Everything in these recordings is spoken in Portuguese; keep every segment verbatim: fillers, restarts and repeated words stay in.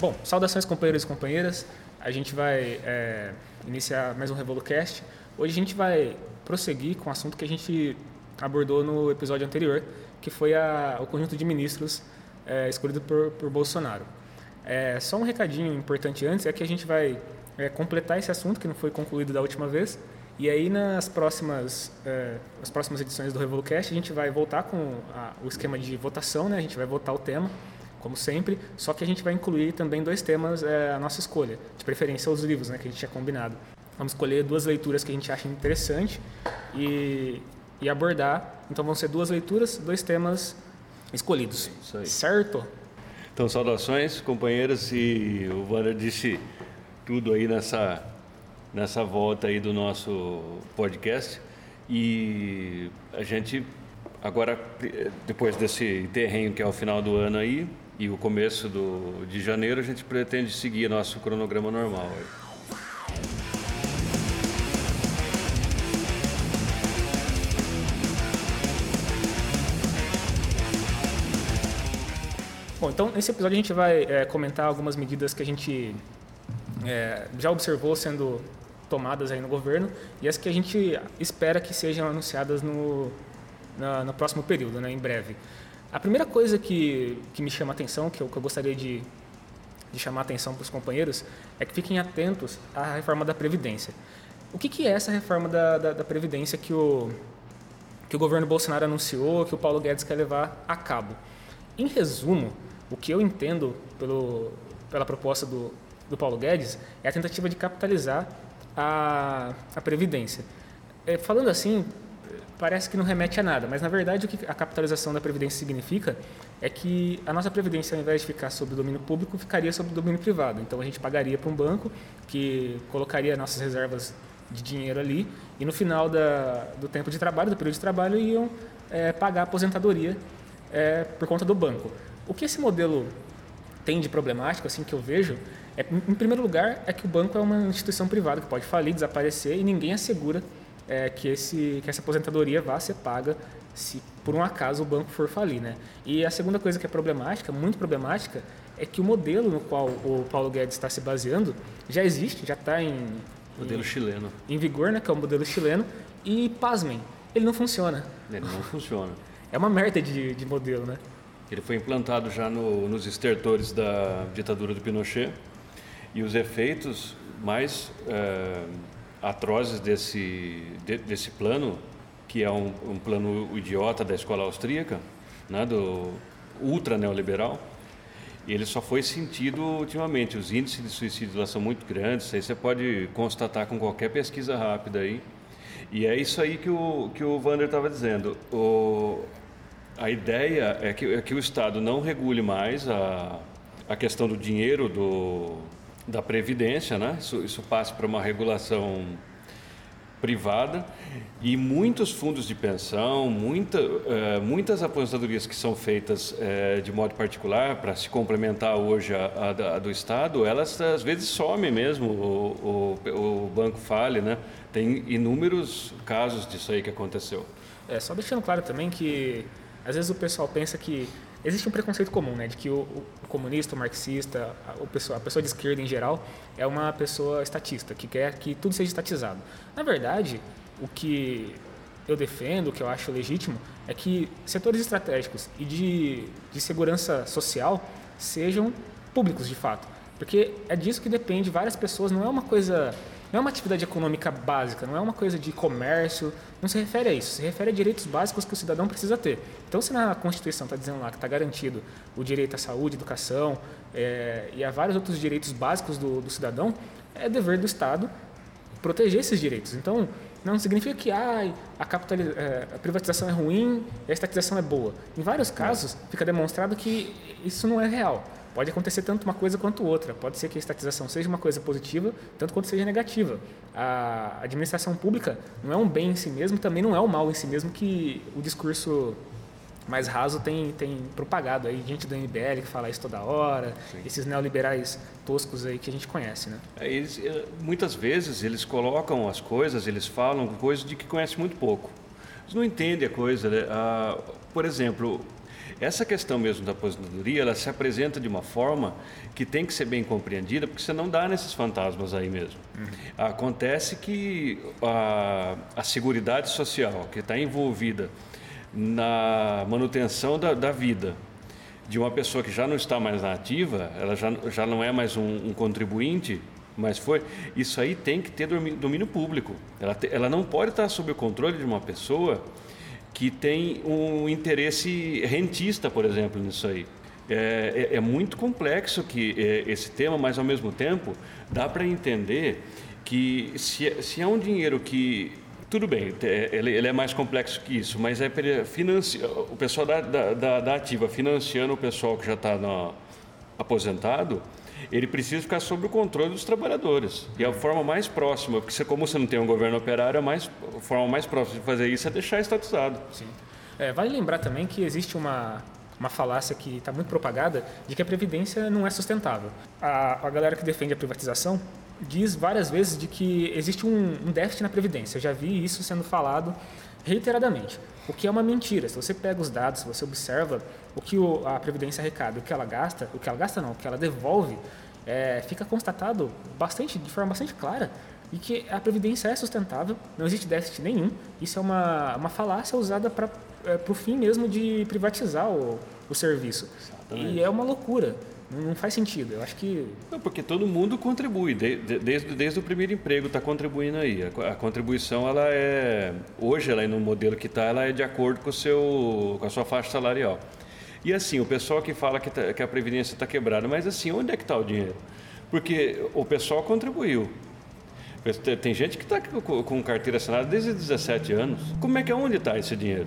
Bom, saudações companheiros e companheiras. A gente vai é, iniciar mais um RevoluCast. Hoje a gente vai prosseguir com o assunto que a gente abordou no episódio anterior, que foi a, o conjunto de ministros é, escolhido por, por Bolsonaro. É, só um recadinho importante antes é que a gente vai é, completar esse assunto que não foi concluído da última vez. E aí nas próximas, é, nas próximas edições do RevoluCast a gente vai voltar com a, o esquema de votação, né? A gente vai votar o tema, como sempre, só que a gente vai incluir também dois temas é, à nossa escolha, de preferência os livros, né, que a gente tinha combinado. Vamos escolher duas leituras que a gente acha interessante e, e abordar. Então vão ser duas leituras, dois temas escolhidos. Isso aí. Certo? Então, saudações, companheiros, e o Wander disse tudo aí nessa, nessa volta aí do nosso podcast. E a gente, agora, depois desse terreno que é o final do ano aí, e o começo do, de janeiro, a gente pretende seguir nosso cronograma normal aí. Bom, então nesse episódio a gente vai é, comentar algumas medidas que a gente é, já observou sendo tomadas aí no governo e as que a gente espera que sejam anunciadas no, na, no próximo período, né, em breve. A primeira coisa que, que me chama a atenção, que eu, que eu gostaria de, de chamar a atenção para os companheiros, é que fiquem atentos à reforma da Previdência. O que, que é essa reforma da, da, da Previdência que o, que o governo Bolsonaro anunciou, que o Paulo Guedes quer levar a cabo? Em resumo, o que eu entendo pelo, pela proposta do, do Paulo Guedes é a tentativa de capitalizar a, a Previdência. É, falando assim, parece que não remete a nada, mas na verdade o que a capitalização da Previdência significa é que a nossa Previdência, ao invés de ficar sob o domínio público, ficaria sob o domínio privado. Então a gente pagaria para um banco que colocaria nossas reservas de dinheiro ali e no final da, do tempo de trabalho, do período de trabalho, iam é, pagar a aposentadoria é, por conta do banco. O que esse modelo tem de problemático, assim, que eu vejo, é, em primeiro lugar, é que o banco é uma instituição privada que pode falir, desaparecer e ninguém assegura É, que, esse, que essa aposentadoria vá ser paga se por um acaso o banco for falir, né? E a segunda coisa que é problemática, muito problemática, é que o modelo no qual o Paulo Guedes está se baseando já existe, já está em, Modelo em, chileno. em vigor, né? Que é o modelo chileno, e pasmem, ele não funciona. Ele não funciona. É uma merda de, de modelo, né? Ele foi implantado já no, nos estertores da ditadura do Pinochet e os efeitos mais é, atrozes desse, de, desse plano, que é um, um plano idiota da escola austríaca, né, do ultra neoliberal, e ele só foi sentido ultimamente. Os índices de suicídio lá são muito grandes, isso aí você pode constatar com qualquer pesquisa rápida aí. E é isso aí que o, que o Wander estava dizendo. O, a ideia é que, é que o Estado não regule mais a, a questão do dinheiro do, da Previdência, né? Isso, isso passa para uma regulação privada e muitos fundos de pensão, muita, é, muitas aposentadorias que são feitas é, de modo particular para se complementar hoje a, a, a do Estado, elas às vezes somem mesmo, o, o, o banco fale, né? Tem inúmeros casos disso aí que aconteceu. É, só deixando claro também que às vezes o pessoal pensa que existe um preconceito comum, né, de que o, o comunista, o marxista, a, o pessoa, a pessoa de esquerda em geral é uma pessoa estatista, que quer que tudo seja estatizado. Na verdade, o que eu defendo, o que eu acho legítimo, é que setores estratégicos e de, de segurança social sejam públicos de fato, porque é disso que depende várias pessoas, não é uma coisa... Não é uma atividade econômica básica, não é uma coisa de comércio, não se refere a isso, se refere a direitos básicos que o cidadão precisa ter. Então, se na Constituição está dizendo lá que está garantido o direito à saúde, educação é, e a vários outros direitos básicos do, do cidadão, é dever do Estado proteger esses direitos. Então, não significa que ah, a, capitaliz... é, a privatização é ruim e a estatização é boa. Em vários casos, fica demonstrado que isso não é real. Pode acontecer tanto uma coisa quanto outra. Pode ser que a estatização seja uma coisa positiva, tanto quanto seja negativa. A administração pública não é um bem em si mesmo, também não é um mal em si mesmo que o discurso mais raso tem, tem propagado. Aí gente do M B L que fala isso toda hora, Sim. esses neoliberais toscos aí que a gente conhece, né? Eles, muitas vezes eles colocam as coisas, eles falam coisas de que conhecem muito pouco. Eles não entendem a coisa, né? Ah, por exemplo... Essa questão mesmo da aposentadoria, ela se apresenta de uma forma que tem que ser bem compreendida, porque você não dá nesses fantasmas aí mesmo. Uhum. Acontece que a, a Seguridade Social, que está envolvida na manutenção da, da vida de uma pessoa que já não está mais na ativa, ela já, já não é mais um, um contribuinte, mas foi, isso aí tem que ter domínio público. Ela, te, ela não pode estar sob o controle de uma pessoa que tem um interesse rentista, por exemplo, nisso aí. É, é, é muito complexo que, é, esse tema, mas ao mesmo tempo dá para entender que se, se é um dinheiro que... Tudo bem, ele, ele é mais complexo que isso, mas é financia, o pessoal da, da, da ativa financiando o pessoal que já está aposentado, ele precisa ficar sob o controle dos trabalhadores. E a forma mais próxima, porque você, como você não tem um governo operário, a, mais, a forma mais próxima de fazer isso é deixar estatizado. Sim. É, vale lembrar também que existe uma, uma falácia que está muito propagada de que a Previdência não é sustentável. A, a galera que defende a privatização diz várias vezes de que existe um, um déficit na Previdência. Eu já vi isso sendo falado reiteradamente, o que é uma mentira. Se você pega os dados, se você observa o que o, a Previdência arrecada, o que ela gasta, o que ela gasta não, o que ela devolve, é, fica constatado bastante, de forma bastante clara, e que a Previdência é sustentável, não existe déficit nenhum. Isso é uma, uma falácia usada para é, o fim mesmo de privatizar o, o serviço. Exatamente. E é uma loucura. Não faz sentido, eu acho que... Não, porque todo mundo contribui, desde, desde, desde o primeiro emprego está contribuindo aí. A, a contribuição, ela é, hoje, ela é no modelo que está, ela é de acordo com, o seu, com a sua faixa salarial. E assim, o pessoal que fala que, tá, que a Previdência está quebrada, mas assim, onde é que está o dinheiro? Porque o pessoal contribuiu. Tem gente que está com, com carteira assinada desde dezessete anos. Como é que, onde está esse dinheiro?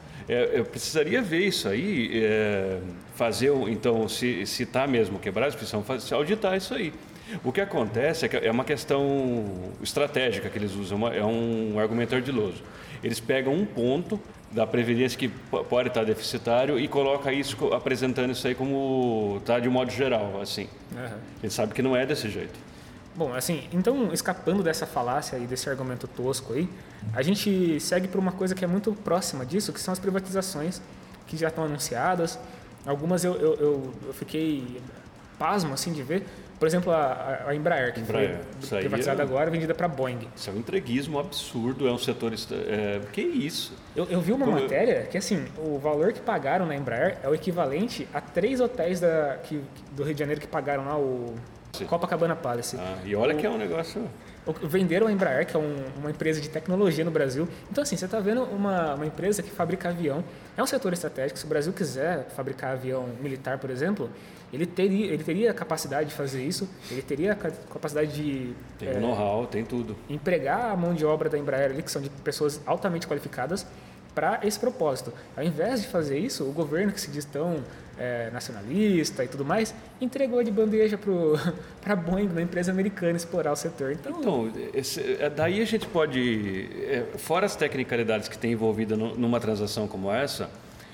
É, eu precisaria ver isso aí, é, fazer, então, se está mesmo quebrado, precisam fazer, auditar isso aí. O que acontece é que é uma questão estratégica que eles usam, é um argumento ardiloso. Eles pegam um ponto da Previdência que pode estar deficitário e coloca isso, apresentando isso aí como está de modo geral, assim. Uhum. Eles sabem que não é desse jeito. Bom, assim, então, escapando dessa falácia e desse argumento tosco aí, a gente segue para uma coisa que é muito próxima disso, que são as privatizações que já estão anunciadas. Algumas eu, eu, eu, eu fiquei pasmo, assim, de ver. Por exemplo, a, a Embraer, que Embraer. foi privatizada é, agora, vendida para a Boeing. Isso é um entreguismo absurdo, é um setor... É, que isso? Eu, eu vi uma Como matéria que, assim, o valor que pagaram na Embraer é o equivalente a três hotéis da, que, do Rio de Janeiro que pagaram lá o... Copacabana Palace. Ah, e olha o, que é um negócio... Venderam a Embraer, que é um, uma empresa de tecnologia no Brasil. Então, assim, você está vendo uma, uma empresa que fabrica avião. É um setor estratégico. Se o Brasil quiser fabricar avião militar, por exemplo, ele teria, ele teria a capacidade de fazer isso. Ele teria a capacidade de... Tem é, know-how, tem tudo. Empregar a mão de obra da Embraer ali, que são de pessoas altamente qualificadas, para esse propósito. Ao invés de fazer isso, o governo, que se diz tão é, nacionalista e tudo mais, entregou de bandeja para a Boeing, uma empresa americana, explorar o setor. Então, então esse, daí a gente pode, é, fora as tecnicalidades que tem envolvida no, numa transação como essa,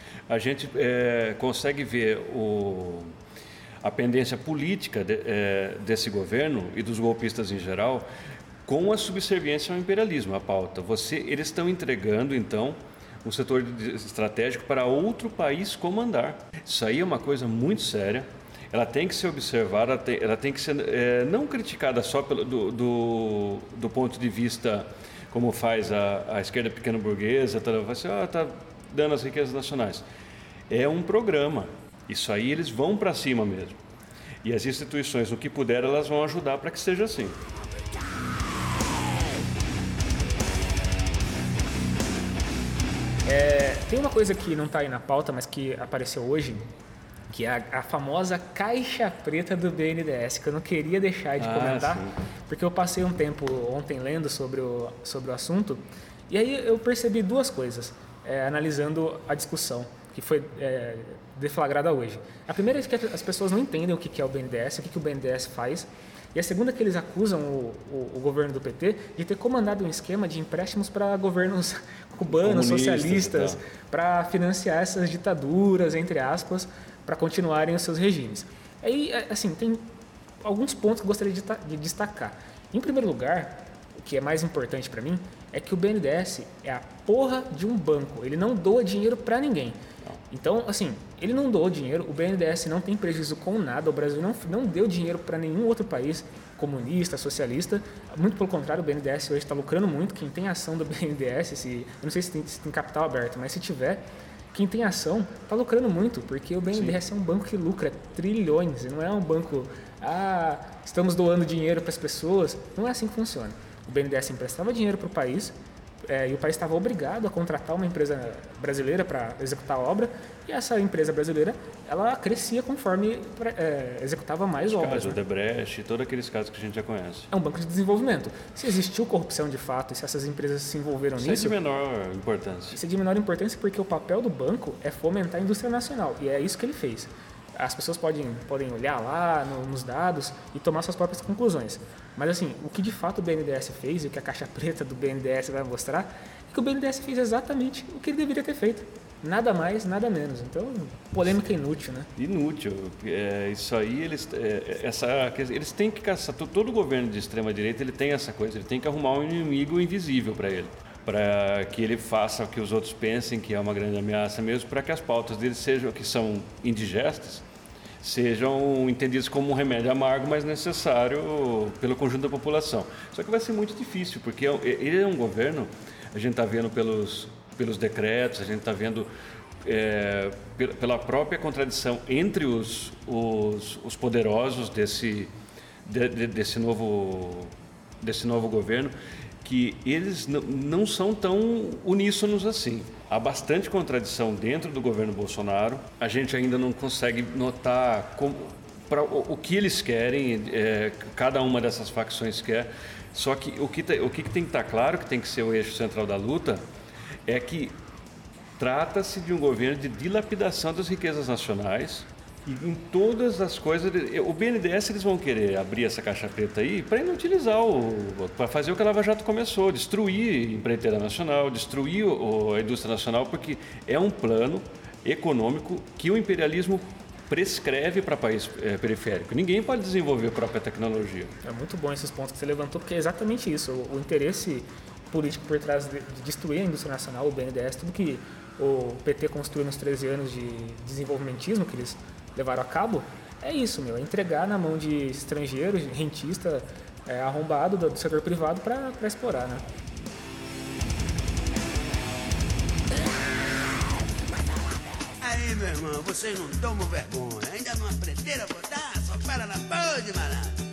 a gente é, consegue ver o, a pendência política de, é, desse governo e dos golpistas em geral com a subserviência ao imperialismo, a pauta. Você, eles estão entregando, então, um setor estratégico para outro país comandar. Isso aí é uma coisa muito séria, ela tem que ser observada, ela tem, ela tem que ser é, não criticada só pelo, do, do, do ponto de vista como faz a, a esquerda pequeno burguesa, tá, vai ser, ah, tá dando as riquezas nacionais. É um programa, isso aí eles vão para cima mesmo. E as instituições, o que puder, elas vão ajudar para que seja assim. É, tem uma coisa que não está aí na pauta, mas que apareceu hoje, que é a, a famosa caixa preta do B N D E S, que eu não queria deixar de ah, comentar, sim. porque eu passei um tempo ontem lendo sobre o, sobre o assunto, e aí eu percebi duas coisas, é, analisando a discussão que foi é, deflagrada hoje. A primeira é que as pessoas não entendem o que é o B N D E S, o que o B N D E S faz, e a segunda é que eles acusam o, o, o governo do P T de ter comandado um esquema de empréstimos para governos cubanos, socialistas, para financiar essas ditaduras, entre aspas, para continuarem os seus regimes. Aí, assim, tem alguns pontos que eu gostaria de, de destacar. Em primeiro lugar, o que é mais importante para mim, é que o B N D E S é a porra de um banco. Ele não doa dinheiro para ninguém. Então, assim, ele não doou dinheiro, o B N D E S não tem prejuízo com nada, o Brasil não, não deu dinheiro para nenhum outro país comunista, socialista. Muito pelo contrário, o B N D E S hoje está lucrando muito. Quem tem ação do B N D E S, se, eu não sei se tem, se tem capital aberto, mas se tiver, quem tem ação está lucrando muito, porque o B N D E S Sim. é um banco que lucra trilhões, e não é um banco, ah, estamos doando dinheiro para as pessoas. Não é assim que funciona. O B N D E S emprestava dinheiro para o país, É, e o país estava obrigado a contratar uma empresa brasileira para executar a obra, e essa empresa brasileira ela crescia conforme é, executava mais Os obras. Casos, né? o Odebrecht, todos aqueles casos que a gente já conhece. É um banco de desenvolvimento. Se existiu corrupção de fato e se essas empresas se envolveram isso nisso... Isso é de menor importância. Isso é de menor importância porque o papel do banco é fomentar a indústria nacional, e é isso que ele fez. As pessoas podem, podem olhar lá no, nos dados e tomar suas próprias conclusões. Mas assim, o que de fato o B N D E S fez e o que a caixa preta do B N D E S vai mostrar é que o B N D E S fez exatamente o que ele deveria ter feito. Nada mais, nada menos. Então, polêmica inútil, né? Inútil. É, isso aí, eles, é, essa, eles têm que caçar. Todo governo de extrema-direita ele tem essa coisa, ele tem que arrumar um inimigo invisível para ele. Para que ele faça o que os outros pensem que é uma grande ameaça mesmo, para que as pautas dele sejam, que são indigestas, sejam entendidas como um remédio amargo, mas necessário pelo conjunto da população. Só que vai ser muito difícil, porque ele é um governo, a gente está vendo pelos, pelos decretos, a gente está vendo é, pela própria contradição entre os, os, os poderosos desse, de, de, desse, novo, desse novo governo, que eles não, não são tão uníssonos assim. Há bastante contradição dentro do governo Bolsonaro. A gente ainda não consegue notar como, pra, o, o que eles querem, é, cada uma dessas facções quer. Só que o que, o que tem que estar claro, que tem que ser o eixo central da luta, é que trata-se de um governo de dilapidação das riquezas nacionais. E em todas as coisas, o B N D E S eles vão querer abrir essa caixa preta aí para inutilizar, para fazer o que a Lava Jato começou, destruir a empreiteira nacional, destruir o, a indústria nacional, porque é um plano econômico que o imperialismo prescreve para país é, periférico. Ninguém pode desenvolver a própria tecnologia. É muito bom esses pontos que você levantou, porque é exatamente isso, o, o interesse político por trás de, de destruir a indústria nacional, o B N D E S, tudo que o P T construiu nos treze anos de desenvolvimentismo que eles levaram a cabo, é isso, meu, é entregar na mão de estrangeiros, rentista, é, arrombado do, do setor privado para explorar, né? Aí, meu irmão, vocês não tomam vergonha, ainda não aprenderam a votar, só para na porra de malandro.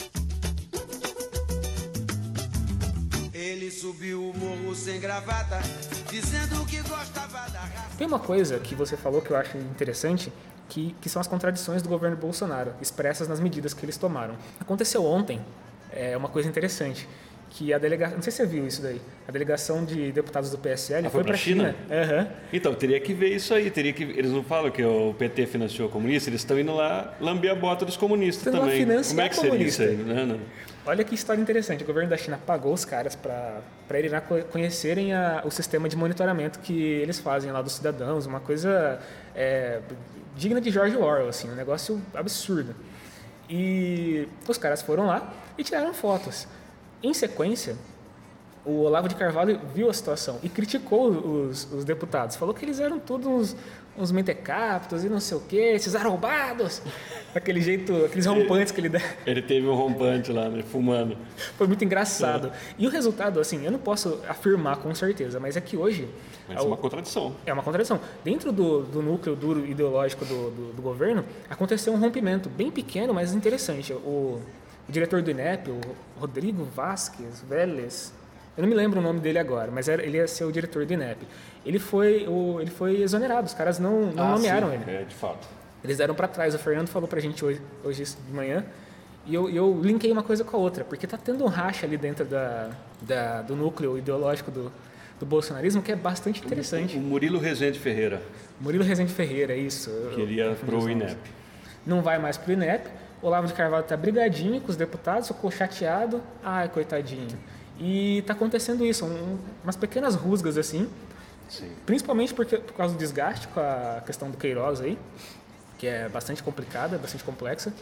Ele subiu o morro sem gravata, dizendo que gostava da raça. Tem uma coisa que você falou que eu acho interessante, que, que são as contradições do governo Bolsonaro, expressas nas medidas que eles tomaram. Aconteceu ontem, é uma coisa interessante, que a delegação, não sei se você viu isso daí, a delegação de deputados do P S L ah, foi para a China. China. Uhum. Então, teria que ver isso aí, teria que, eles não falam que o P T financiou o comunista, eles estão indo lá lamber a bota dos comunistas Estão também. Como é que seria comunista. isso aí? Não, não. Olha que história interessante, o governo da China pagou os caras para irem lá conhecerem a, o sistema de monitoramento que eles fazem lá dos cidadãos, uma coisa é, digna de George Orwell, assim, um negócio absurdo. E os caras foram lá e tiraram fotos. Em sequência, o Olavo de Carvalho viu a situação e criticou os, os deputados. Falou que eles eram todos uns, uns mentecaptos e não sei o quê, esses arrombados. Aquele jeito, aqueles rompantes que ele dá. Ele teve um rompante lá, né, fumando. Foi muito engraçado. É. E o resultado, assim, eu não posso afirmar com certeza, mas é que hoje... Mas é uma contradição. É uma contradição. Dentro do, do núcleo duro ideológico do, do, do governo, aconteceu um rompimento bem pequeno, mas interessante. O... O diretor do I N E P, o Rodrigo Vasquez Vélez, eu não me lembro o nome dele agora, mas era, ele ia ser o diretor do I N E P. Ele foi, o, ele foi exonerado, os caras não, não ah, nomearam sim, ele. É, de fato. Eles deram para trás, o Fernando falou pra gente hoje, hoje de manhã, e eu, eu linkei uma coisa com a outra, porque tá tendo um racha ali dentro da, da, do núcleo ideológico do, do bolsonarismo que é bastante interessante. O Murilo Rezende Ferreira. Murilo Rezende Ferreira, isso. Que ele ia pro I N E P. Não vai mais pro I N E P. O Olavo de Carvalho está brigadinho com os deputados, ficou chateado. Ai, coitadinho. E está acontecendo isso, um, umas pequenas rusgas assim. Sim. Principalmente porque, por causa do desgaste com a questão do Queiroz aí, que é bastante complicada, bastante complexa.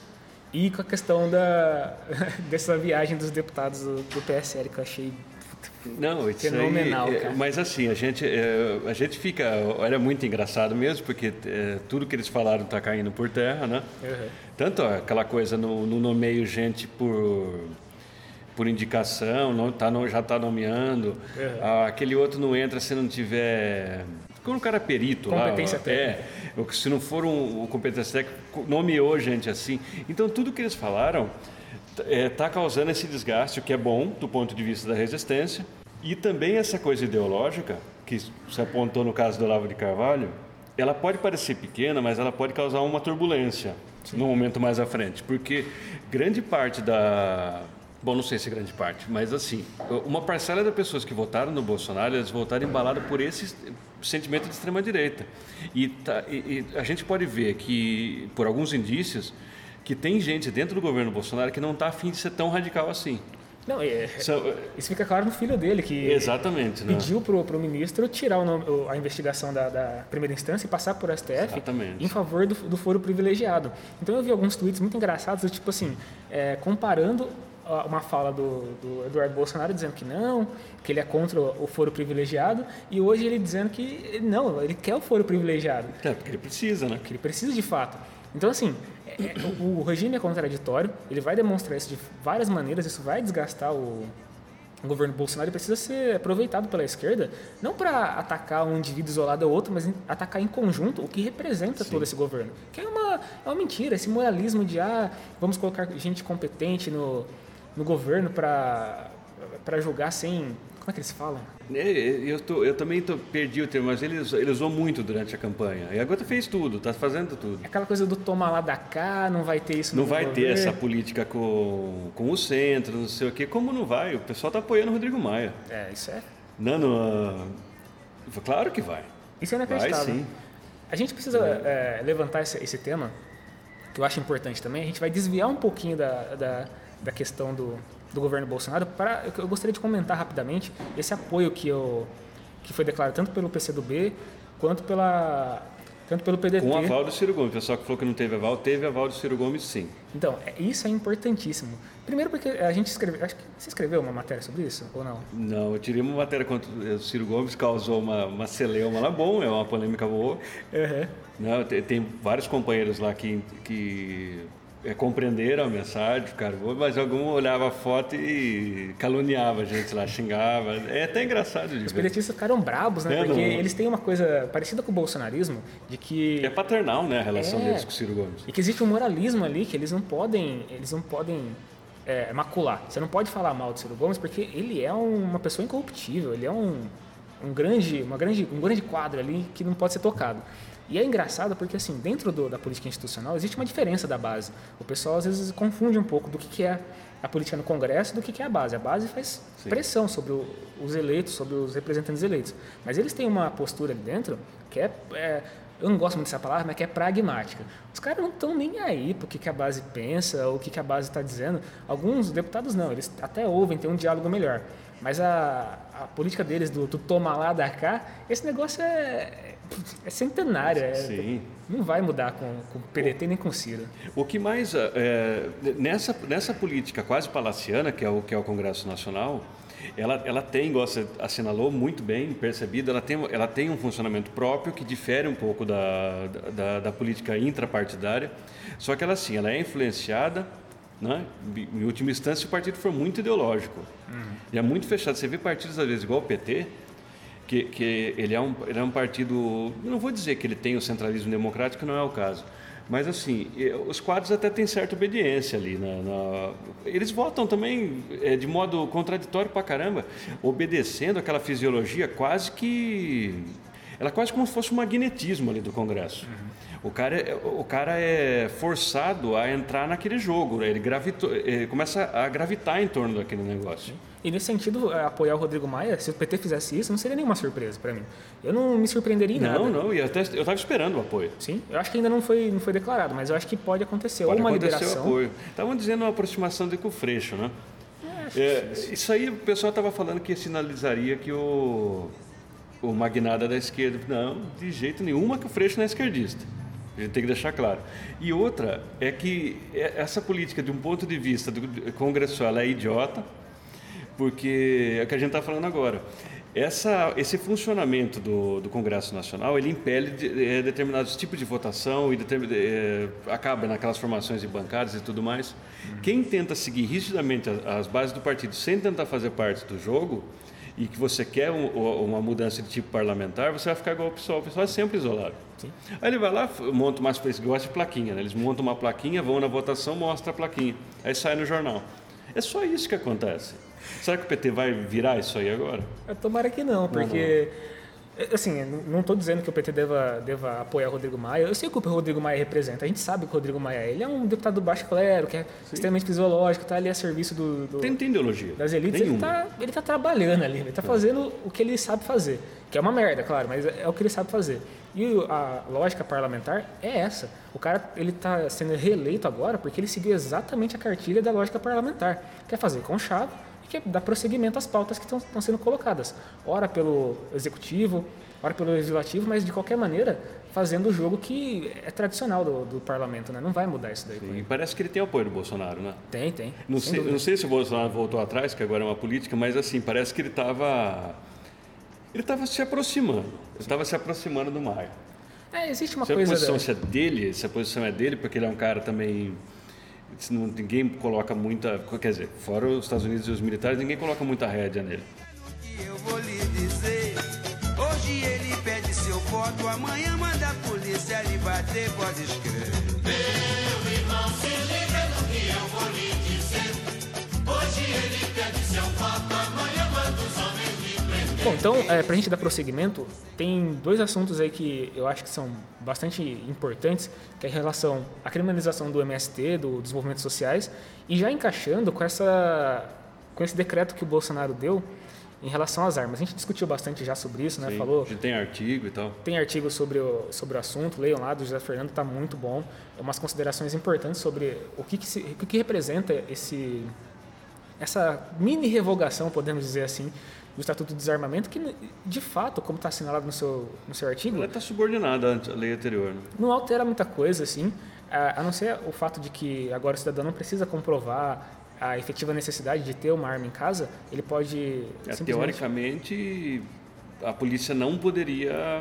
E com a questão da, dessa viagem dos deputados do, do P S L, que eu achei Não, isso fenomenal, aí, cara. Mas assim, a gente, é, a gente fica... Era muito engraçado mesmo, porque é, tudo que eles falaram está caindo por terra, né? Uhum. Tanto aquela coisa no, no nomeio gente por, por indicação, não, tá, não, já está nomeando. Uhum. Ah, aquele outro não entra se não tiver... Quando o cara é perito Competência lá... técnica. É, se não for um, um competência técnica, nomeou gente assim. Então, tudo que eles falaram está é, causando esse desgaste, o que é bom do ponto de vista da resistência. E também essa coisa ideológica, que se apontou no caso do Olavo de Carvalho, ela pode parecer pequena, mas ela pode causar uma turbulência Sim. no momento mais à frente. Porque grande parte da... Bom, não sei se é grande parte, mas assim, uma parcela das pessoas que votaram no Bolsonaro, elas votaram embaladas por esse sentimento de extrema-direita. E, tá, e, e a gente pode ver que, por alguns indícios, que tem gente dentro do governo Bolsonaro que não está afim de ser tão radical assim. Não, é, so, isso fica claro no filho dele, que exatamente, pediu para o ministro tirar o nome, a investigação da, da primeira instância e passar por S T F exatamente. Em favor do, do foro privilegiado. Então eu vi alguns tweets muito engraçados, tipo assim, é, comparando uma fala do, do Eduardo Bolsonaro dizendo que não, que ele é contra o foro privilegiado, e hoje ele dizendo que não, ele quer o foro privilegiado. É, porque ele precisa, né? Porque ele precisa de fato. Então, assim, é, o, o regime é contraditório, ele vai demonstrar isso de várias maneiras, isso vai desgastar o, o governo Bolsonaro, e precisa ser aproveitado pela esquerda, não para atacar um indivíduo isolado ou outro, mas atacar em conjunto o que representa Sim. todo esse governo. Que é uma, é uma mentira, esse moralismo de, ah, vamos colocar gente competente no... no governo para para julgar sem... Como é que eles falam? É, eu, tô, eu também tô, perdi o termo, mas ele, ele usou muito durante a campanha. E agora fez tudo, está fazendo tudo. Aquela coisa do toma lá da cá, não vai ter isso no Não vai governo. ter essa política com, com o centro, não sei o quê. Como não vai? O pessoal está apoiando o Rodrigo Maia. É, isso é... Não, não, claro que vai. Isso é inacreditável. Vai sim. A gente precisa é. É, levantar esse, esse tema, que eu acho importante também. A gente vai desviar um pouquinho da... da da questão do, do governo Bolsonaro, para, eu gostaria de comentar rapidamente esse apoio que, eu, que foi declarado tanto pelo P C do B quanto, pela, tanto pelo P D T. Com o aval do Ciro Gomes. O pessoal que falou que não teve aval, teve aval do Ciro Gomes, sim. Então, isso é importantíssimo. Primeiro porque a gente escreveu, acho que você escreveu uma matéria sobre isso, ou não? Não, eu tirei uma matéria contra o Ciro Gomes, causou uma, uma celeuma lá, bom, é uma polêmica boa. Uhum. Não, tem, tem vários companheiros lá que... que É, compreenderam a mensagem, ficaram boas, mas algum olhava a foto e caluniava a gente lá, xingava. É até engraçado de ver. Os pedetistas ficaram brabos, né? É, porque não. eles têm uma coisa parecida com o bolsonarismo, de que... É paternal, né, a relação é, deles com o Ciro Gomes. E que existe um moralismo ali que eles não podem, eles não podem é, macular. Você não pode falar mal do Ciro Gomes porque ele é uma pessoa incorruptível, ele é um, um, grande, uma grande, um grande quadro ali que não pode ser tocado. E é engraçado porque, assim, dentro do, da política institucional existe uma diferença da base. O pessoal, às vezes, confunde um pouco do que, que é a política no Congresso e do que, que é a base. A base faz Sim. pressão sobre o, os eleitos, sobre os representantes eleitos. Mas eles têm uma postura ali dentro que é, é eu não gosto muito dessa palavra, mas que é pragmática. Os caras não estão nem aí para o que, que a base pensa ou o que, que a base está dizendo. Alguns deputados não, eles até ouvem, tem um diálogo melhor. Mas a, a política deles do, do toma lá da cá, esse negócio é, é centenário. É, Sim. Não vai mudar com, com o P D T nem com o Ciro. O que mais... É, nessa, nessa política quase palaciana, que é o, que é o Congresso Nacional, ela, ela tem, igual você assinalou, muito bem percebido, ela tem, ela tem um funcionamento próprio que difere um pouco da, da, da política intrapartidária, só que ela, assim, ela é influenciada... Né? Em última instância, o partido foi muito ideológico. Uhum. E é muito fechado. Você vê partidos, às vezes, igual o P T, que, que ele, é um, ele é um partido... Não vou dizer que ele tem o centralismo democrático, não é o caso. Mas, assim, os quadros até têm certa obediência ali. Na, na... Eles votam também é, de modo contraditório pra caramba, obedecendo aquela fisiologia quase que... Ela é quase como se fosse um magnetismo ali do Congresso. Uhum. O cara, é, o cara é forçado a entrar naquele jogo, né? ele, gravitou, ele começa a gravitar em torno daquele negócio. E nesse sentido, apoiar o Rodrigo Maia, se o P T fizesse isso, não seria nenhuma surpresa para mim. Eu não me surpreenderia em não, nada. Não, não, e até, eu estava esperando o apoio. Sim, eu acho que ainda não foi, não foi declarado, mas eu acho que pode acontecer. Pode Ou uma acontecer liberação. O apoio. Estavam dizendo uma aproximação de com o Freixo, né? É, é, isso aí o pessoal estava falando que sinalizaria que o, o magnata da esquerda... Não, de jeito nenhum, que o Freixo não é esquerdista. A gente tem que deixar claro. E outra é que essa política, de um ponto de vista do congressual, é idiota, porque é o que a gente está falando agora. Essa, esse funcionamento do, do Congresso Nacional, ele impele de, é, determinados tipos de votação e determin, é, acaba naquelas formações de bancadas e tudo mais. Uhum. Quem tenta seguir rigidamente as, as bases do partido sem tentar fazer parte do jogo e que você quer um, uma mudança de tipo parlamentar, você vai ficar igual o pessoal. O pessoal é sempre isolado. Sim. Aí ele vai lá, monta uma espécie de gosta de plaquinha. Né? Eles montam uma plaquinha, vão na votação, mostra a plaquinha. Aí sai no jornal. É só isso que acontece. Será que o P T vai virar isso aí agora? Tomara que não, porque... Não, não. Assim, não estou dizendo que o P T deva, deva apoiar o Rodrigo Maia. Eu sei o que o Rodrigo Maia representa. A gente sabe que o Rodrigo Maia ele é um deputado do baixo clero, que é Sim. extremamente fisiológico, está ali a serviço do, do, tem, tem ideologia. das elites. Nenhuma. Ele está ele tá trabalhando ali, ele está fazendo o que ele sabe fazer. Que é uma merda, claro, mas é o que ele sabe fazer. E a lógica parlamentar é essa. O cara ele está sendo reeleito agora porque ele seguiu exatamente a cartilha da lógica parlamentar. Quer fazer com chave e quer dar prosseguimento às pautas que estão sendo colocadas. Ora pelo executivo, ora pelo legislativo, mas de qualquer maneira fazendo o jogo que é tradicional do, do parlamento, né? Não vai mudar isso daí. E parece que ele tem apoio do Bolsonaro, né? Tem, tem. Não sei, não sei se o Bolsonaro voltou atrás, que agora é uma política, mas assim, parece que ele estava... Ele estava se aproximando. Ele estava se aproximando do Maia. É, existe uma se coisa... Se a posição da... se é dele, se a posição é dele, porque ele é um cara também... Não, ninguém coloca muita... Quer dizer, fora os Estados Unidos e os militares, ninguém coloca muita rédea nele. Eu vou lhe dizer, hoje ele pede seu voto, amanhã manda a polícia lhe bater, pode escrever. Meu irmão, se liga no que eu vou lhe dizer. Hoje ele pede seu voto, amanhã manda os homens lhe prender. Bom, então, é, para a gente dar prosseguimento, tem dois assuntos aí que eu acho que são bastante importantes, que é em relação à criminalização do M S T, do, dos movimentos sociais, e já encaixando com, essa, com esse decreto que o Bolsonaro deu em relação às armas. A gente discutiu bastante já sobre isso, né? Sim, Falou. A gente tem artigo e tal. Tem artigo sobre o, sobre o assunto, leiam lá, do José Fernando, está muito bom. É umas considerações importantes sobre o que, que, se, o que representa esse, essa mini revogação, podemos dizer assim, do Estatuto do Desarmamento, que, de fato, como está assinalado no seu, no seu artigo... Ela está subordinada à lei anterior. Né? Não altera muita coisa, assim, a, a não ser o fato de que agora o cidadão não precisa comprovar a efetiva necessidade de ter uma arma em casa, ele pode... É, simplesmente... Teoricamente, a polícia não poderia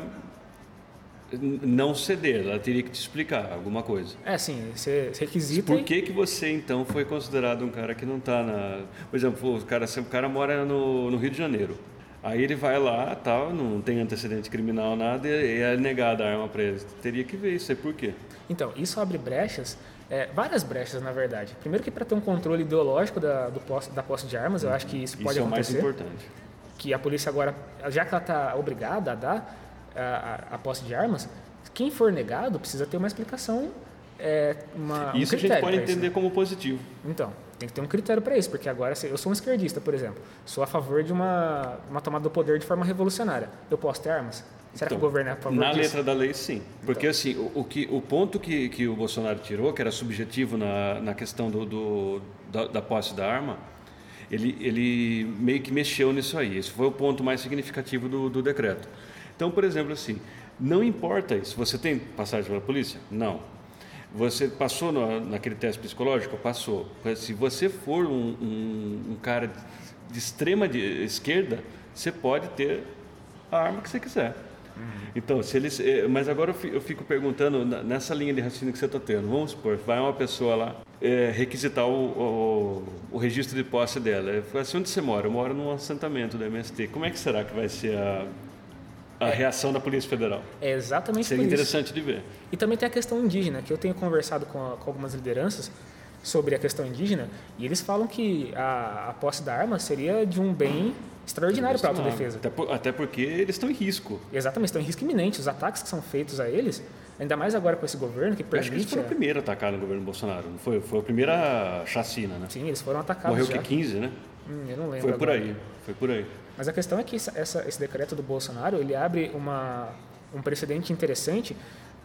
não ceder, ela teria que te explicar alguma coisa. É, sim, você requisita... Por que, que você, então, foi considerado um cara que não está na... Por exemplo, o cara, o cara mora no, no Rio de Janeiro. Aí ele vai lá, tal, não tem antecedente criminal, nada, e é negada a arma para ele. Teria que ver isso aí, por quê? Então, isso abre brechas, é, várias brechas, na verdade. Primeiro que para ter um controle ideológico da, do posse, da posse de armas, eu acho que isso pode isso acontecer. Isso é o mais importante. Que a polícia agora, já que ela está obrigada a dar a, a, a posse de armas, quem for negado precisa ter uma explicação, é, uma, um isso a gente pode entender isso, né? Como positivo. Então, tem que ter um critério para isso, porque agora, eu sou um esquerdista, por exemplo, sou a favor de uma, uma tomada do poder de forma revolucionária. Eu posso ter armas? Será então, que o governo é a favor na disso? letra da lei, sim. Porque então. assim, o, o, que, o ponto que, que o Bolsonaro tirou, que era subjetivo na, na questão do, do, da, da posse da arma, ele, ele meio que mexeu nisso aí. Esse foi o ponto mais significativo do, do decreto. Então, por exemplo, assim, não importa isso. Você tem passagem pela polícia? Não. Você passou no, naquele teste psicológico? Passou. Se você for um, um, um cara de extrema de esquerda, você pode ter a arma que você quiser. Uhum. Então, se eles, mas agora eu fico perguntando, nessa linha de raciocínio que você está tendo, vamos supor, vai uma pessoa lá é, requisitar o, o, o registro de posse dela. Eu falo assim, onde você mora? Eu moro num assentamento da M S T. Como é que será que vai ser a, a é, reação da Polícia Federal? É exatamente Seria por interessante isso. de ver. E também tem a questão indígena, que eu tenho conversado com, a, com algumas lideranças sobre a questão indígena, e eles falam que a, a posse da arma seria de um bem extraordinário para a autodefesa. Até, por, até porque eles estão em risco. Exatamente, estão em risco iminente. Os ataques que são feitos a eles, ainda mais agora com esse governo que permite... Eu acho que eles foram o primeiro a atacar no governo Bolsonaro, não foi? Foi a primeira chacina, né? Sim, eles foram atacados. Morreu já. que quinze, né? Hum, eu não lembro Foi por agora. aí, foi por aí. Mas a questão é que essa, esse decreto do Bolsonaro, ele abre uma, um precedente interessante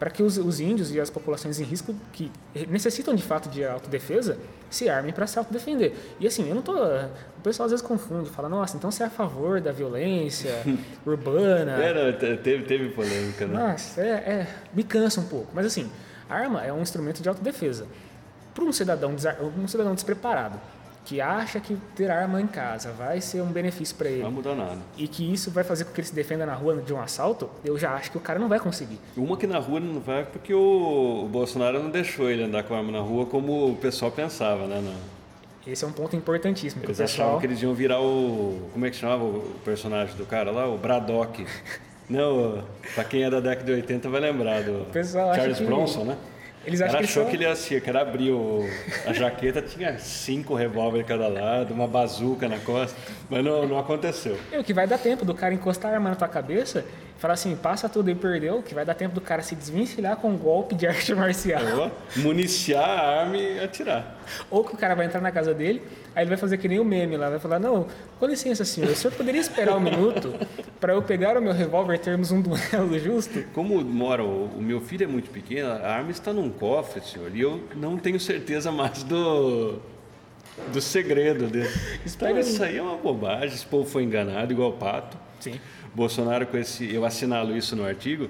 para que os, os índios e as populações em risco que necessitam de fato de autodefesa se armem para se autodefender. E assim, eu não tô... O pessoal às vezes confunde, fala, nossa, então você é a favor da violência urbana... É, não, teve, teve polêmica, né? Nossa, é, é, me cansa um pouco. Mas assim, a arma é um instrumento de autodefesa. Para um cidadão, um cidadão despreparado, que acha que ter arma em casa vai ser um benefício para ele. Não vai mudar nada. E que isso vai fazer com que ele se defenda na rua de um assalto, eu já acho que o cara não vai conseguir. Uma que na rua não vai porque o, o Bolsonaro não deixou ele andar com a arma na rua como o pessoal pensava, né? Não. Esse é um ponto importantíssimo. Eles que o pessoal... achavam que eles iam virar o... Como é que chamava o personagem do cara lá? O Braddock. Não, pra quem é da década de oitenta vai lembrar do Charles que... Bronson, né? Eles acham que achou só... que ele ia assim, que era abrir o... a jaqueta, tinha cinco revólveres cada lado, uma bazuca na costa, mas não, não aconteceu. É, o que vai dar tempo do cara encostar a arma na tua cabeça e falar assim, passa tudo e perdeu, que vai dar tempo do cara se desvencilhar com um golpe de arte marcial. Ou municiar a arma e atirar. Ou que o cara vai entrar na casa dele, aí ele vai fazer que nem o meme lá, vai falar, não, com licença senhor, o senhor poderia esperar um minuto para eu pegar o meu revólver e termos um duelo justo? Como mora, o, o meu filho é muito pequeno, a arma está num cofre, senhor, e eu não tenho certeza mais do, do segredo dele. Então, isso aí é uma bobagem, esse povo foi enganado, igual o Pato. Sim. Bolsonaro, com esse, eu assinalo isso no artigo,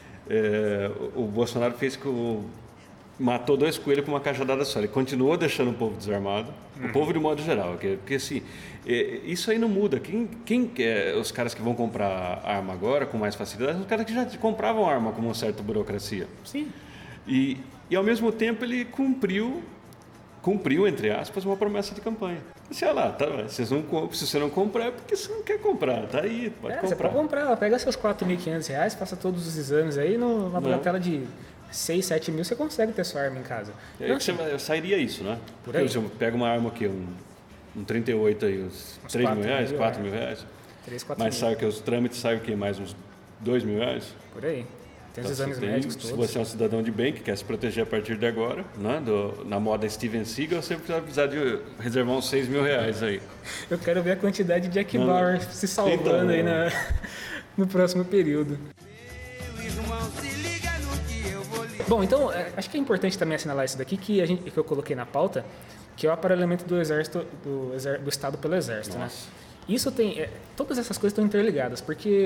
é, o, o Bolsonaro fez que o... matou dois coelhos com uma cajadada só. Ele continuou deixando o povo desarmado, uhum. O povo de modo geral, porque, porque assim, é, isso aí não muda. Quem, quem é, os caras que vão comprar arma agora com mais facilidade são os caras que já compravam arma com uma certa burocracia. Sim. E, e ao mesmo tempo ele cumpriu, cumpriu, entre aspas, uma promessa de campanha. Sei lá, tá, vocês não compram, se você não comprar é porque você não quer comprar, tá aí, pode é, comprar. Você pode comprar, pega seus quatro mil e quinhentos reais, passa todos os exames aí, numa bagatela de seis, sete mil, você consegue ter sua arma em casa. É, então, você, sairia isso, né? Por aí. Você pega uma arma aqui, um, um trinta e oito aí, uns, uns três mil reais, mil, quatro é. mil reais. três, quatro Mas mil. sabe que os trâmites saem o quê? Mais uns dois mil reais? Por aí. Tem os Então, exames tem, médicos se todos. você é um cidadão de bem que quer se proteger a partir de agora, né? Do, na moda Steven Seagal, você vai precisar de reservar uns seis mil reais aí. Eu quero ver a quantidade de Jack Não, Bauer se salvando então, aí na, no próximo período. Meu irmão, se liga no que eu vou lhe... Bom, então, é, acho que é importante também assinalar isso daqui, que, a gente, que eu coloquei na pauta, que é o aparelhamento do exército, do, exer, do Estado pelo Exército, Nossa. né? Isso tem... É, todas essas coisas estão interligadas,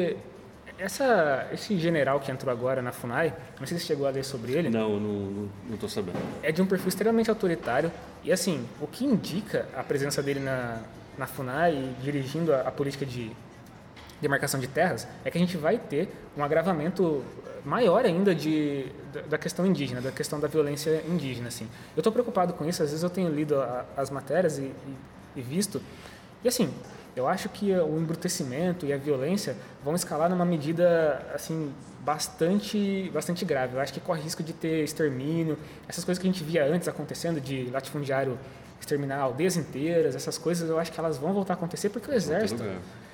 porque... Essa, esse general que entrou agora na FUNAI, não sei se você chegou a ler sobre ele. Não, não estou sabendo. É de um perfil extremamente autoritário. E assim, o que indica a presença dele na, na FUNAI e dirigindo a, a política de demarcação de terras é que a gente vai ter um agravamento maior ainda de, da, da questão indígena, da questão da violência indígena. Assim. Eu estou preocupado com isso, às vezes eu tenho lido a, as matérias e, e, e visto. E assim... Eu acho que o embrutecimento e a violência vão escalar numa medida assim bastante, bastante grave. Eu acho que corre risco de ter extermínio, essas coisas que a gente via antes acontecendo, de latifundiário exterminar aldeias inteiras, essas coisas, eu acho que elas vão voltar a acontecer porque o exército,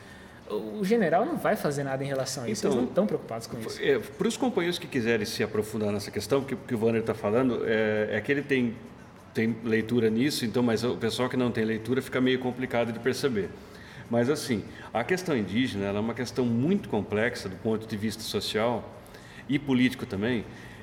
o general não vai fazer nada em relação a isso, então, eles não estão preocupados com isso. É, para os companheiros que quiserem se aprofundar nessa questão, que, que o Wander está falando, é, é que ele tem, tem leitura nisso, então, mas o pessoal que não tem leitura fica meio complicado de perceber. Mas assim, a questão indígena ela é uma questão muito complexa do ponto de vista social e político também,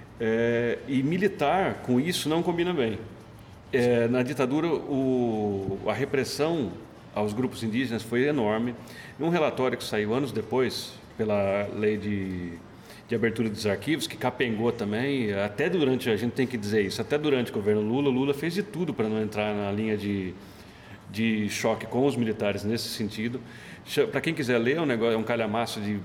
é, e militar com isso não combina bem. É, na ditadura, o, a repressão aos grupos indígenas foi enorme. Um relatório que saiu anos depois, pela lei de, de abertura dos arquivos, que capengou também, até durante, a gente tem que dizer isso, até durante o governo Lula, Lula fez de tudo para não entrar na linha de... de choque com os militares nesse sentido. Para quem quiser ler, é um, negócio, é um calhamaço de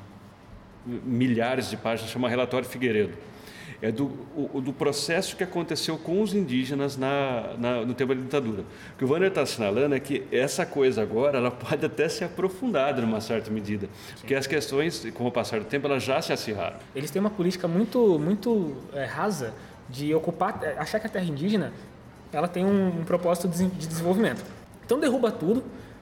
milhares de páginas, chama Relatório Figueiredo. É do, o, do processo que aconteceu com os indígenas na, na, no tempo da ditadura. O que o Wander está assinalando é que essa coisa agora ela pode até ser aprofundada numa certa medida, Sim. porque as questões, com o passar do tempo, elas já se acirraram. Eles têm uma política muito, muito é, rasa de ocupar, achar que a terra indígena ela tem um, um propósito de desenvolvimento. Então derruba tudo,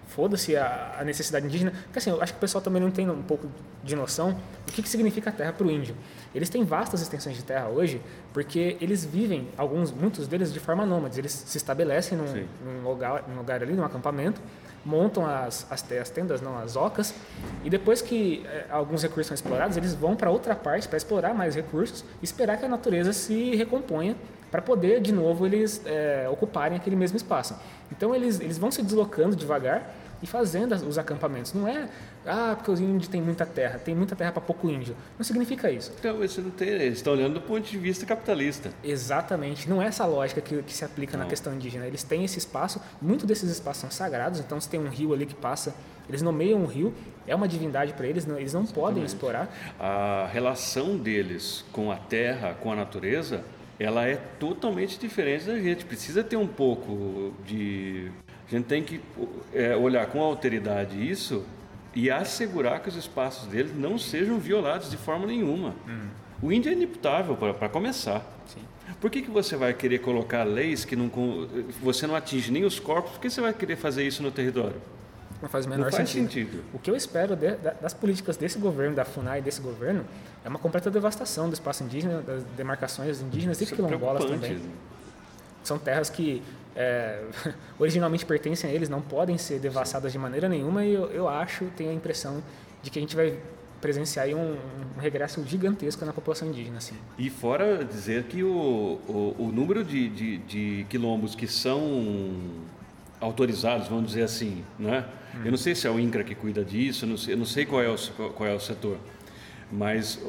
foda-se a, a necessidade indígena. Porque assim, eu acho que o pessoal também não tem um pouco de noção do que, que significa a terra para o índio. Eles têm vastas extensões de terra hoje porque eles vivem, alguns, muitos deles, de forma nômade. Eles se estabelecem num, num, lugar, num lugar ali, num acampamento, montam as, as, as tendas, não as ocas, e depois que é, alguns recursos são explorados, eles vão para outra parte para explorar mais recursos e esperar que a natureza se recomponha para poder, de novo, eles é, ocuparem aquele mesmo espaço. Então, eles, eles vão se deslocando devagar e fazendo os acampamentos. Não é, ah, porque os índios têm muita terra, tem muita terra para pouco índio. Não significa isso. Então, você não tem, eles estão olhando do ponto de vista capitalista. Exatamente. Não é essa lógica que, que se aplica não. na questão indígena. Eles têm esse espaço, muitos desses espaços são sagrados, então se tem um rio ali que passa, eles nomeiam um rio, é uma divindade para eles, não, eles não Exatamente. podem explorar. A relação deles com a terra, com a natureza, ela é totalmente diferente da gente. Precisa ter um pouco de... A gente tem que é, olhar com alteridade isso e assegurar que os espaços deles não sejam violados de forma nenhuma. Hum. O índio é inimputável, para começar. Sim. Por que, que você vai querer colocar leis que não, você não atinge nem os corpos? Por que você vai querer fazer isso no território? Não faz o menor não faz sentido. sentido. O que eu espero de, das políticas desse governo, da FUNAI e desse governo, é uma completa devastação do espaço indígena, das demarcações indígenas e quilombolas também. São terras que é, originalmente pertencem a eles, não podem ser devassadas de maneira nenhuma, e eu, eu acho, tenho a impressão de que a gente vai presenciar aí um, um regresso gigantesco na população indígena. Assim. E fora dizer que o, o, o número de, de, de quilombos que são autorizados, vamos dizer assim, né? Hum. Eu não sei se é o INCRA que cuida disso, eu não sei, eu não sei qual, é o, qual é o setor, mas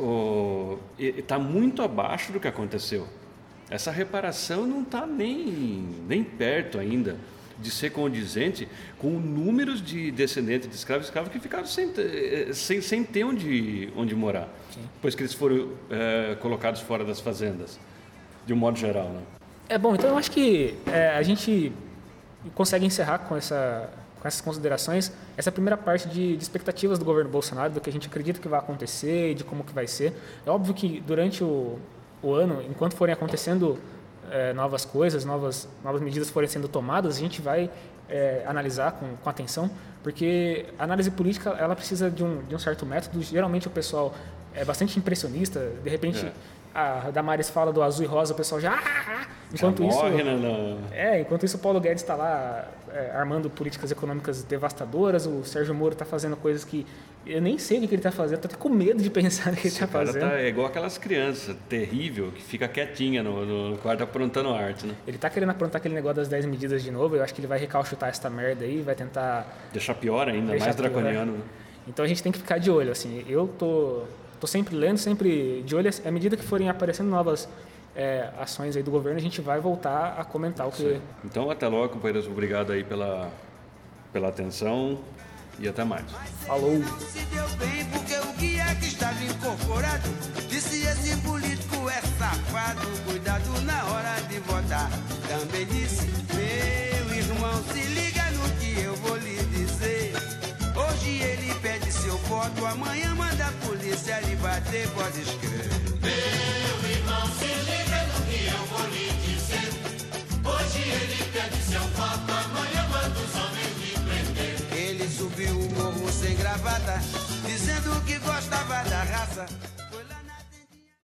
está muito abaixo do que aconteceu. Essa reparação não está nem, nem perto ainda de ser condizente com números de descendentes de escravos e escravos que ficaram sem, sem, sem ter onde, onde morar, Sim. depois que eles foram é, colocados fora das fazendas, de um modo geral. Né? É bom, então eu acho que é, a gente consegue encerrar com, essa, com essas considerações essa primeira parte de, de expectativas do governo Bolsonaro, do que a gente acredita que vai acontecer e de como que vai ser. É óbvio que durante o o ano, enquanto forem acontecendo é, novas coisas, novas, novas medidas forem sendo tomadas, a gente vai é, analisar com, com atenção, porque a análise política ela precisa de um, de um certo método. Geralmente o pessoal é bastante impressionista, de repente é. a Damares fala do azul e rosa, o pessoal já... Ah, enquanto já isso, morre, né, não. É, enquanto isso o Paulo Guedes está lá é, armando políticas econômicas devastadoras, o Sérgio Moro está fazendo coisas que eu nem sei o que ele está fazendo, estou até com medo de pensar no que ele está fazendo. Tá, é igual aquelas crianças, terrível, que fica quietinha no, no quarto aprontando arte, né? Ele está querendo aprontar aquele negócio das dez medidas de novo, eu acho que ele vai recalchutar essa merda aí, vai tentar... Deixar pior ainda, mais pior, draconiano. Né? Então a gente tem que ficar de olho, assim, eu tô, tô sempre lendo, sempre de olho, à medida que forem aparecendo novas é, ações aí do governo, a gente vai voltar a comentar o que... Sim. Então até logo, companheiros, obrigado aí pela, pela atenção. E até mais. Falou. Não se deu bem porque o guia que estava incorporado disse esse político é safado, cuidado na hora de votar. Também disse, meu irmão, se liga no que eu vou lhe dizer. Hoje ele pede seu voto, amanhã manda a polícia lhe bater, pode escrever. Meu irmão, se liga no que eu vou lhe dizer. Hoje ele pede seu voto, amanhã manda os homens lhe prender. Ele subiu o morro sem gravata, dizendo que gostava da raça.